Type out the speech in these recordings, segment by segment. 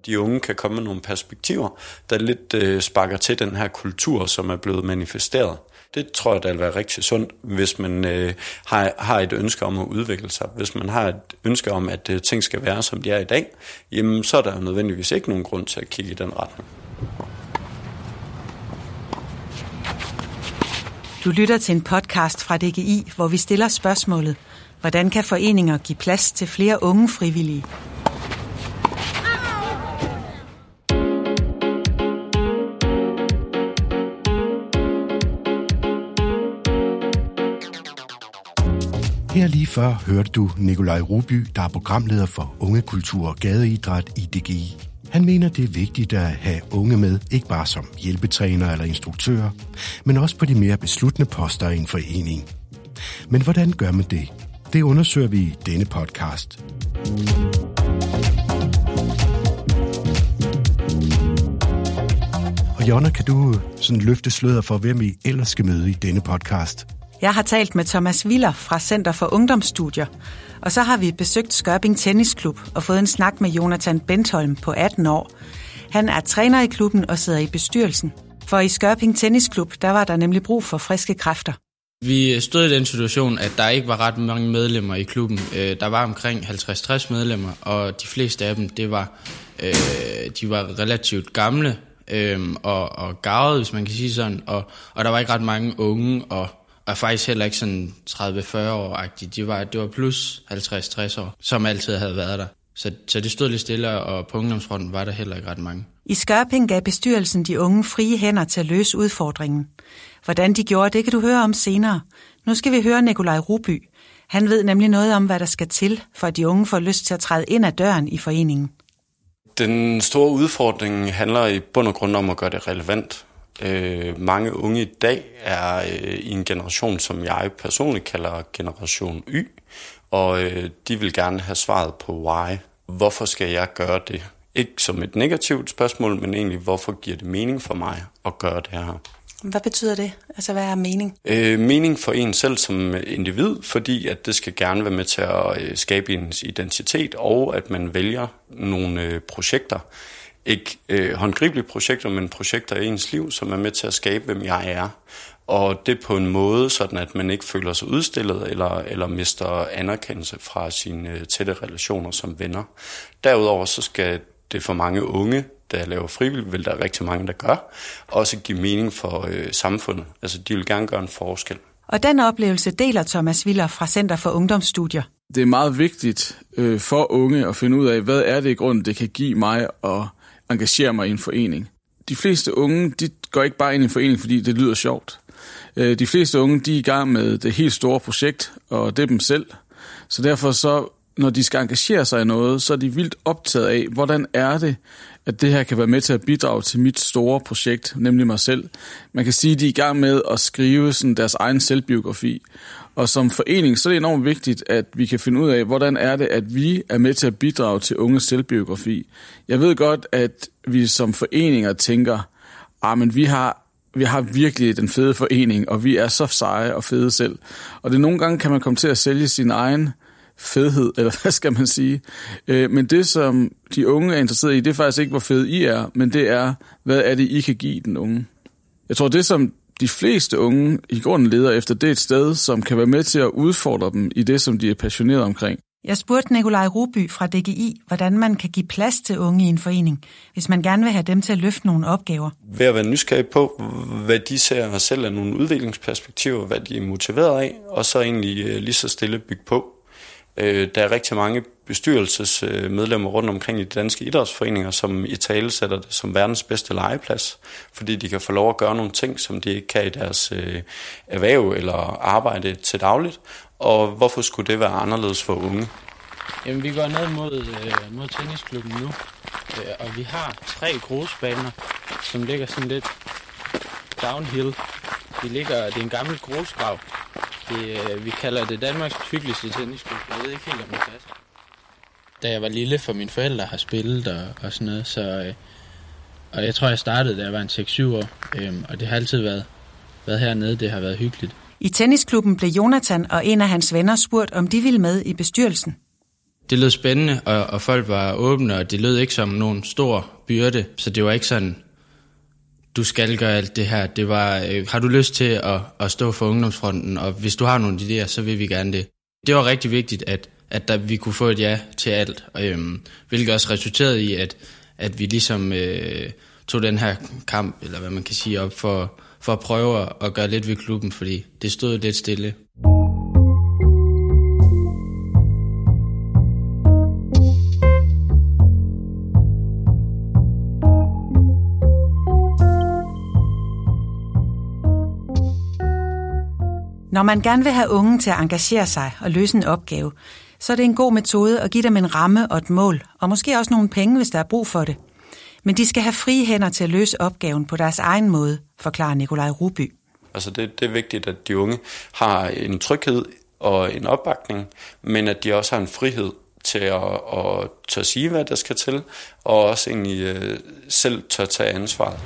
de unge kan komme med nogle perspektiver, der lidt sparker til den her kultur, som er blevet manifesteret. Det tror jeg, der vil være rigtig sundt, hvis man har et ønske om at udvikle sig. Hvis man har et ønske om, at ting skal være, som de er i dag, jamen, så er der nødvendigvis ikke nogen grund til at kigge i den retning. Du lytter til en podcast fra DGI, hvor vi stiller spørgsmålet: hvordan kan foreninger give plads til flere unge frivillige? Her lige før hørte du Nikolaj Ruby, der er programleder for ungekultur og gadeidræt i DGI. Han mener, det er vigtigt at have unge med, ikke bare som hjælpetræner eller instruktører, men også på de mere besluttende poster i en forening. Men hvordan gør man det? Det undersøger vi i denne podcast. Og Jonna, kan du sådan løfte sløret for, hvem I ellers skal møde i denne podcast? Jeg har talt med Thomas Willer fra Center for Ungdomsstudier, og så har vi besøgt Skørping Tennisklub og fået en snak med Jonathan Bentholm på 18 år. Han er træner i klubben og sidder i bestyrelsen. For i Skørping Tennisklub, der var der nemlig brug for friske kræfter. Vi stod i den situation, at der ikke var ret mange medlemmer i klubben. Der var omkring 50-60 medlemmer, og de fleste af dem, de var relativt gamle og garvede, hvis man kan sige sådan. Og der var ikke ret mange unge, og faktisk heller ikke sådan 30-40 år-agtige. Det var plus 50-60 år, som altid havde været der. Så det stod lidt stille, og på ungdomsfronten var der heller ikke ret mange. I Skørping gav bestyrelsen de unge frie hænder til at løse udfordringen. Hvordan de gjorde, det kan du høre om senere. Nu skal vi høre Nikolaj Ruby. Han ved nemlig noget om, hvad der skal til, for at de unge får lyst til at træde ind ad døren i foreningen. Den store udfordring handler i bund og grund om at gøre det relevant. Mange unge i dag er i en generation, som jeg personligt kalder generation Y, og de vil gerne have svaret på why. Hvorfor skal jeg gøre det? Ikke som et negativt spørgsmål, men egentlig, hvorfor giver det mening for mig at gøre det her? Hvad betyder det? Altså, hvad er mening? Mening for en selv som individ, fordi at det skal gerne være med til at skabe ens identitet, og at man vælger nogle projekter. Ikke håndgribelige projekter, men projekter i ens liv, som er med til at skabe, hvem jeg er. Og det på en måde, sådan at man ikke føler sig udstillet eller mister anerkendelse fra sine tætte relationer som venner. Derudover så skal det for mange unge, der laver frivilligt, vil der rigtig mange, der gør, også give mening for samfundet. Altså de vil gerne gøre en forskel. Og den oplevelse deler Thomas Willer fra Center for Ungdomsstudier. Det er meget vigtigt for unge at finde ud af, hvad er det i grunden, det kan give mig at engagere mig i en forening. De fleste unge, de går ikke bare ind i en forening, fordi det lyder sjovt. De fleste unge, de er i gang med det helt store projekt, og det er dem selv. Så derfor så, når de skal engagere sig i noget, så er de vildt optaget af, hvordan er det, at det her kan være med til at bidrage til mit store projekt, nemlig mig selv. Man kan sige, at de er i gang med at skrive sådan deres egen selvbiografi. Og som forening, så er det enormt vigtigt, at vi kan finde ud af, hvordan er det, at vi er med til at bidrage til unges selvbiografi. Jeg ved godt, at vi som foreninger tænker, men vi har virkelig den fede forening, og vi er så seje og fede selv. Og det nogle gange kan man komme til at sælge sin egen fedhed, eller hvad skal man sige. Men det, som de unge er interesseret i, det er faktisk ikke, hvor fede I er, men det er, hvad er det, I kan give den unge. Jeg tror, det som de fleste unge i grunden leder efter, det er et sted, som kan være med til at udfordre dem i det, som de er passionerede omkring. Jeg spurgte Nikolaj Ruby fra DGI, hvordan man kan give plads til unge i en forening, hvis man gerne vil have dem til at løfte nogle opgaver. Ved at være nysgerrig på, hvad de ser selv af nogle udviklingsperspektiver, hvad de er motiveret af, og så egentlig lige så stille bygge på. Der er rigtig mange bestyrelsesmedlemmer rundt omkring i de danske idrætsforeninger, som italesætter det som verdens bedste legeplads, fordi de kan få lov at gøre nogle ting, som de ikke kan i deres erhverv eller arbejde til dagligt. Og hvorfor skulle det være anderledes for unge? Jamen, vi går ned mod tennisklubben nu, og vi har 3 grusbaner, som ligger sådan lidt downhill. Det er en gammel grusgrav. Vi kalder det Danmarks hyggeligste tennisklub. Jeg ved ikke helt, om det passer. Da jeg var lille, for mine forældre har spillet og sådan noget, så og jeg tror, jeg startede, da jeg var en 6-7 år, og det har altid været hernede. Det har været hyggeligt. I tennisklubben blev Jonathan og en af hans venner spurgt, om de ville med i bestyrelsen. Det lød spændende, og folk var åbne, og det lød ikke som nogen stor byrde. Så det var ikke sådan, du skal gøre alt det her. Det var, har du lyst til at stå for ungdomsfronten, og hvis du har nogle idéer, så vil vi gerne det. Det var rigtig vigtigt, at vi kunne få et ja til alt, hvilket også resulterede i, at vi ligesom tog den her kamp, eller hvad man kan sige, op for at prøve at gøre lidt ved klubben, fordi det stod lidt stille. Når man gerne vil have unge til at engagere sig og løse en opgave, så er det en god metode at give dem en ramme og et mål, og måske også nogle penge, hvis der er brug for det. Men de skal have frie hænder til at løse opgaven på deres egen måde, forklarer Nikolaj Ruby. Altså det er vigtigt, at de unge har en tryghed og en opbakning, men at de også har en frihed til at sige, hvad der skal til, og også egentlig selv tør tage ansvaret.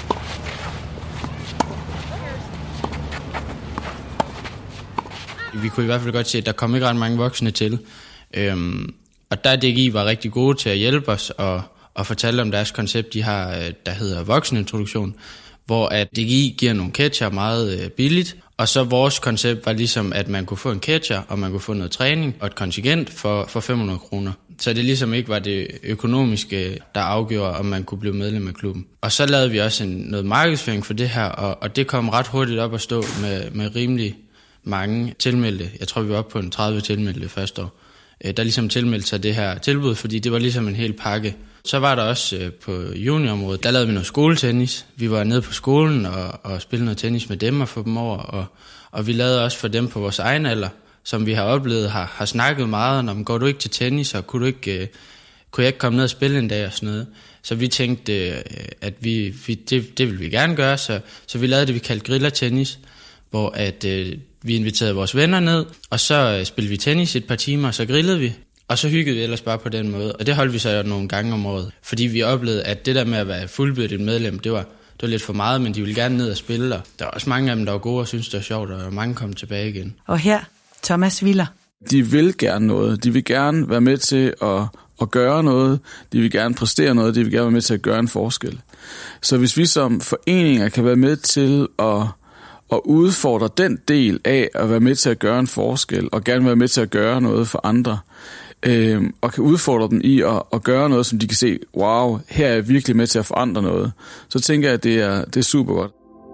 Vi kunne i hvert fald godt se, at der kom ikke ret mange voksne til. Og der DGI var rigtig gode til at hjælpe os og fortælle om deres koncept, de har, der hedder voksenintroduktion, hvor at DGI giver nogle catcher meget billigt. Og så vores koncept var ligesom, at man kunne få en catcher, og man kunne få noget træning og et kontingent for 500 kroner. Så det ligesom ikke var det økonomiske, der afgjorde, om man kunne blive medlem af klubben. Og så lavede vi også noget markedsføring for det her, og det kom ret hurtigt op at stå med rimelig mange tilmeldte. Jeg tror, vi var oppe på en 30 tilmeldte første år, der ligesom tilmeldte sig det her tilbud, fordi det var ligesom en hel pakke. Så var der også på juniorområdet, der lavede vi noget skoletennis. Vi var nede på skolen og spillede noget tennis med dem og få dem over, og vi lavede også for dem på vores egen alder, som vi har oplevet, har snakket meget om, går du ikke til tennis, og kunne jeg ikke komme ned og spille en dag og sådan noget. Så vi tænkte, at det ville vi gerne gøre, så vi lavede det, vi kaldte grillertennis, hvor at vi inviterede vores venner ned, og så spillede vi tennis et par timer, og så grillede vi, og så hyggede vi ellers bare på den måde. Og det holdt vi så nogle gange om året, fordi vi oplevede, at det der med at være fuldbyrdet medlem, det var lidt for meget, men de ville gerne ned og spille, og der var også mange af dem, der var gode og syntes, det var sjovt, og mange kom tilbage igen. Og her, Thomas Willer. De vil gerne noget. De vil gerne være med til at gøre noget. De vil gerne præstere noget. De vil gerne være med til at gøre en forskel. Så hvis vi som foreninger kan være med til at udfordre den del af at være med til at gøre en forskel, og gerne være med til at gøre noget for andre, og kan udfordre dem i at gøre noget, som de kan se, wow, her er jeg virkelig med til at forandre noget, så tænker jeg, at det er super godt.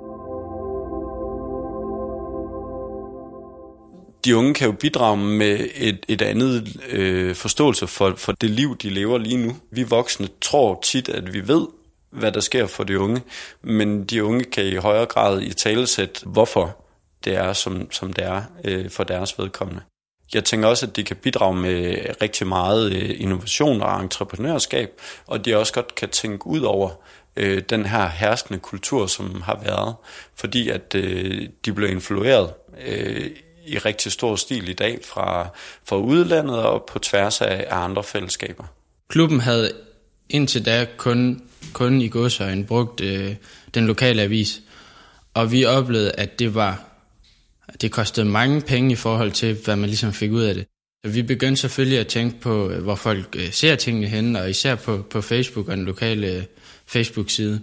De unge kan jo bidrage med et andet forståelse for det liv, de lever lige nu. Vi voksne tror tit, at vi ved, hvad der sker for de unge, men de unge kan i højere grad italesætte, hvorfor det er, som det er for deres vedkommende. Jeg tænker også, at de kan bidrage med rigtig meget innovation og entreprenørskab, og de også godt kan tænke ud over den her herskende kultur, som har været, fordi at de blev influeret i rigtig stor stil i dag fra udlandet og på tværs af andre fællesskaber. Klubben havde indtil da kun i godsøjne brugt den lokale avis, og vi oplevede, at det kostede mange penge i forhold til, hvad man ligesom fik ud af det. Så vi begyndte selvfølgelig at tænke på, hvor folk ser tingene henne, og især på Facebook og den lokale Facebook-side.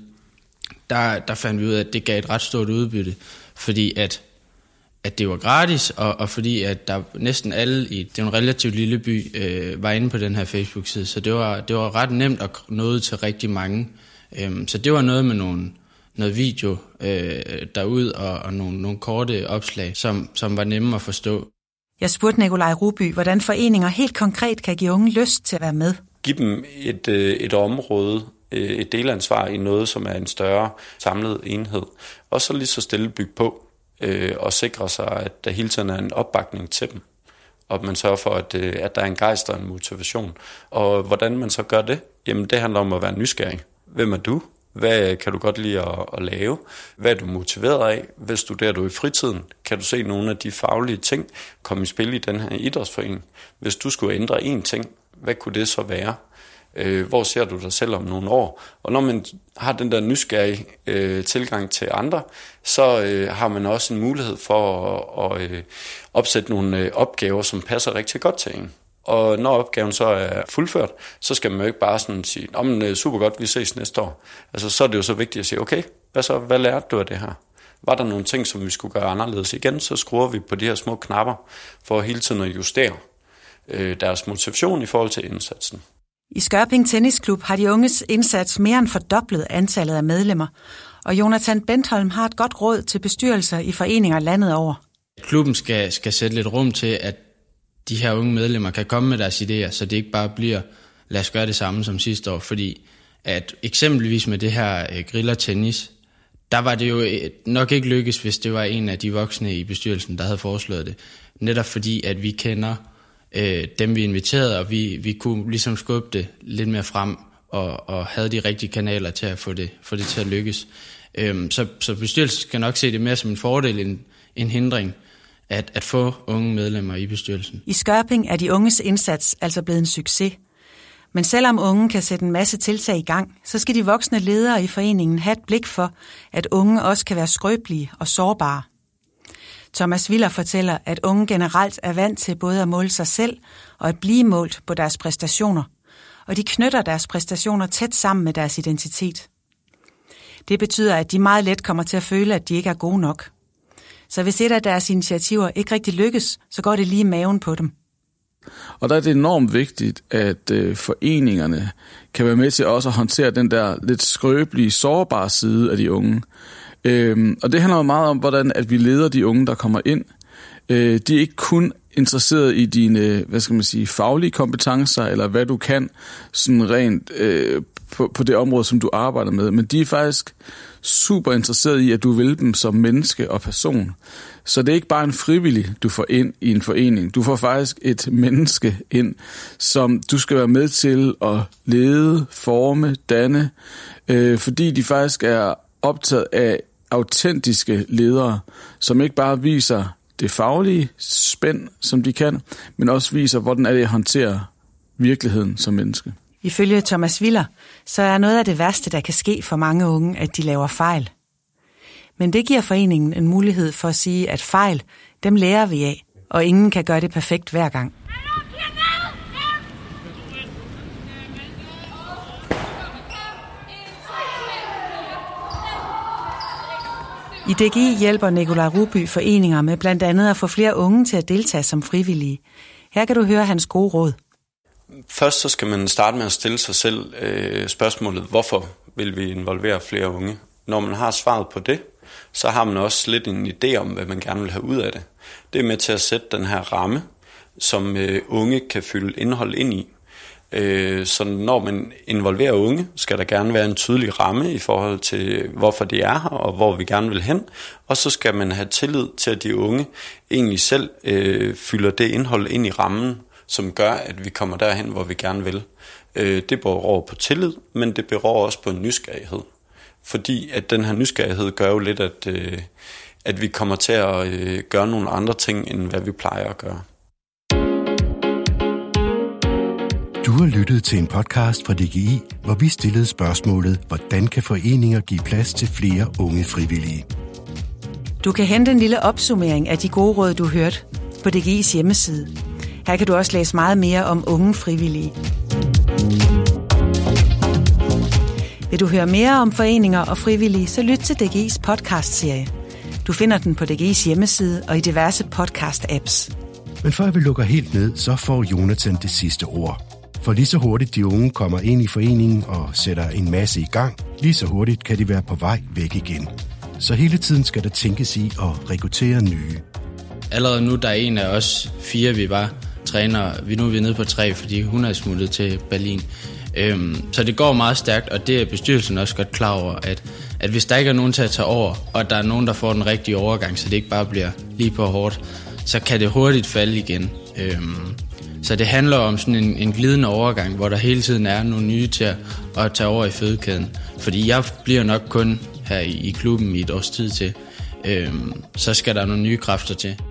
Der fandt vi ud af, at det gav et ret stort udbytte, fordi at det var gratis, og fordi at der næsten alle i den relativt lille by var inde på den her Facebook-side, så det var ret nemt at nå til rigtig mange. Så det var noget med noget video derud og nogle korte opslag, som var nemme at forstå. Jeg spurgte Nikolaj Ruby, hvordan foreninger helt konkret kan give unge lyst til at være med. Giv dem et område, et delansvar i noget, som er en større samlet enhed, og så lige så stille bygge på og sikre sig, at der hele tiden er en opbakning til dem, og man sørger for, at der er en gejst og en motivation. Og hvordan man så gør det? Jamen det handler om at være nysgerrig. Hvem er du? Hvad kan du godt lide at lave? Hvad er du motiveret af? Hvad studerer du i fritiden? Kan du se nogle af de faglige ting komme i spil i den her idrætsforening? Hvis du skulle ændre én ting, hvad kunne det så være? Hvor ser du dig selv om nogle år? Og når man har den der nysgerrige tilgang til andre, så har man også en mulighed for at opsætte nogle opgaver, som passer rigtig godt til en. Og når opgaven så er fuldført, så skal man jo ikke bare sådan sige, men super godt, vi ses næste år. Altså, så er det jo så vigtigt at sige, okay, hvad lærte du af det her? Var der nogle ting, som vi skulle gøre anderledes igen, så skruer vi på de her små knapper for hele tiden at justere deres motivation i forhold til indsatsen. I Skørping Tennisklub har de unges indsats mere end fordoblet antallet af medlemmer, og Jonathan Bentholm har et godt råd til bestyrelser i foreninger landet over. Klubben skal sætte lidt rum til, at de her unge medlemmer kan komme med deres idéer, så det ikke bare bliver, lad os gøre det samme som sidste år, fordi at eksempelvis med det her grillertennis, der var det jo nok ikke lykkes, hvis det var en af de voksne i bestyrelsen, der havde foreslået det. Netop fordi, at vi kender dem, vi inviterede, og vi kunne ligesom skubbe det lidt mere frem, og havde de rigtige kanaler til at få det til at lykkes. Så bestyrelsen skal nok se det mere som en fordel end en hindring, at få unge medlemmer i bestyrelsen. I Skørping er de unges indsats altså blevet en succes. Men selvom unge kan sætte en masse tiltag i gang, så skal de voksne ledere i foreningen have et blik for, at unge også kan være skrøbelige og sårbare. Thomas Willer fortæller, at unge generelt er vant til både at måle sig selv og at blive målt på deres præstationer, og de knytter deres præstationer tæt sammen med deres identitet. Det betyder, at de meget let kommer til at føle, at de ikke er gode nok. Så hvis et af deres initiativer ikke rigtig lykkes, så går det lige i maven på dem. Og der er det enormt vigtigt, at foreningerne kan være med til også at håndtere den der lidt skrøbelige, sårbare side af de unge. Og det handler meget om, hvordan at vi leder de unge, der kommer ind. De er ikke kun interesseret i dine, faglige kompetencer, eller hvad du kan, sådan rent på det område, som du arbejder med. Men de er faktisk super interesseret i, at du vil dem som menneske og person. Så det er ikke bare en frivillig, du får ind i en forening. Du får faktisk et menneske ind, som du skal være med til at lede, forme, danne, fordi de faktisk er optaget af autentiske ledere, som ikke bare viser det faglige spænd, som de kan, men også viser, hvordan er det at håndtere virkeligheden som menneske. Ifølge Thomas Willer, så er noget af det værste, der kan ske for mange unge, at de laver fejl. Men det giver foreningen en mulighed for at sige, at fejl, dem lærer vi af, og ingen kan gøre det perfekt hver gang. I DGI hjælper Nikolaj Ruby foreninger med blandt andet at få flere unge til at deltage som frivillige. Her kan du høre hans gode råd. Først så skal man starte med at stille sig selv spørgsmålet, hvorfor vil vi involvere flere unge? Når man har svaret på det, så har man også lidt en idé om, hvad man gerne vil have ud af det. Det er med til at sætte den her ramme, som unge kan fylde indhold ind i. Så når man involverer unge, skal der gerne være en tydelig ramme i forhold til, hvorfor de er her, og hvor vi gerne vil hen. Og så skal man have tillid til, at de unge egentlig selv fylder det indhold ind i rammen, som gør, at vi kommer derhen, hvor vi gerne vil. Det beror på tillid, men det beror også på en nysgerrighed. Fordi at den her nysgerrighed gør jo lidt, at vi kommer til at gøre nogle andre ting, end hvad vi plejer at gøre. Du har lyttet til en podcast fra DGI, hvor vi stillede spørgsmålet, hvordan kan foreninger give plads til flere unge frivillige? Du kan hente en lille opsummering af de gode råd, du hørte på DGI's hjemmeside. Her kan du også læse meget mere om unge frivillige. Vil du høre mere om foreninger og frivillige, så lyt til DGI's podcastserie. Du finder den på DGI's hjemmeside og i diverse podcast-apps. Men før vi lukker helt ned, så får Jonathan det sidste ord. For lige så hurtigt de unge kommer ind i foreningen og sætter en masse i gang, lige så hurtigt kan de være på vej væk igen. Så hele tiden skal der tænkes i at rekruttere nye. Allerede nu der er en af os 4, vi var træner. Nu er vi nede på 3, fordi hun er smuttet til Berlin. Så det går meget stærkt, og det er bestyrelsen også godt klar over, at hvis der ikke er nogen til at tage over, og der er nogen, der får den rigtige overgang, så det ikke bare bliver lige på hårdt, så kan det hurtigt falde igen. Så det handler om sådan en glidende overgang, hvor der hele tiden er nogle nye til at tage over i fødekæden. Fordi jeg bliver nok kun her i klubben i et års tid til, så skal der nogle nye kræfter til.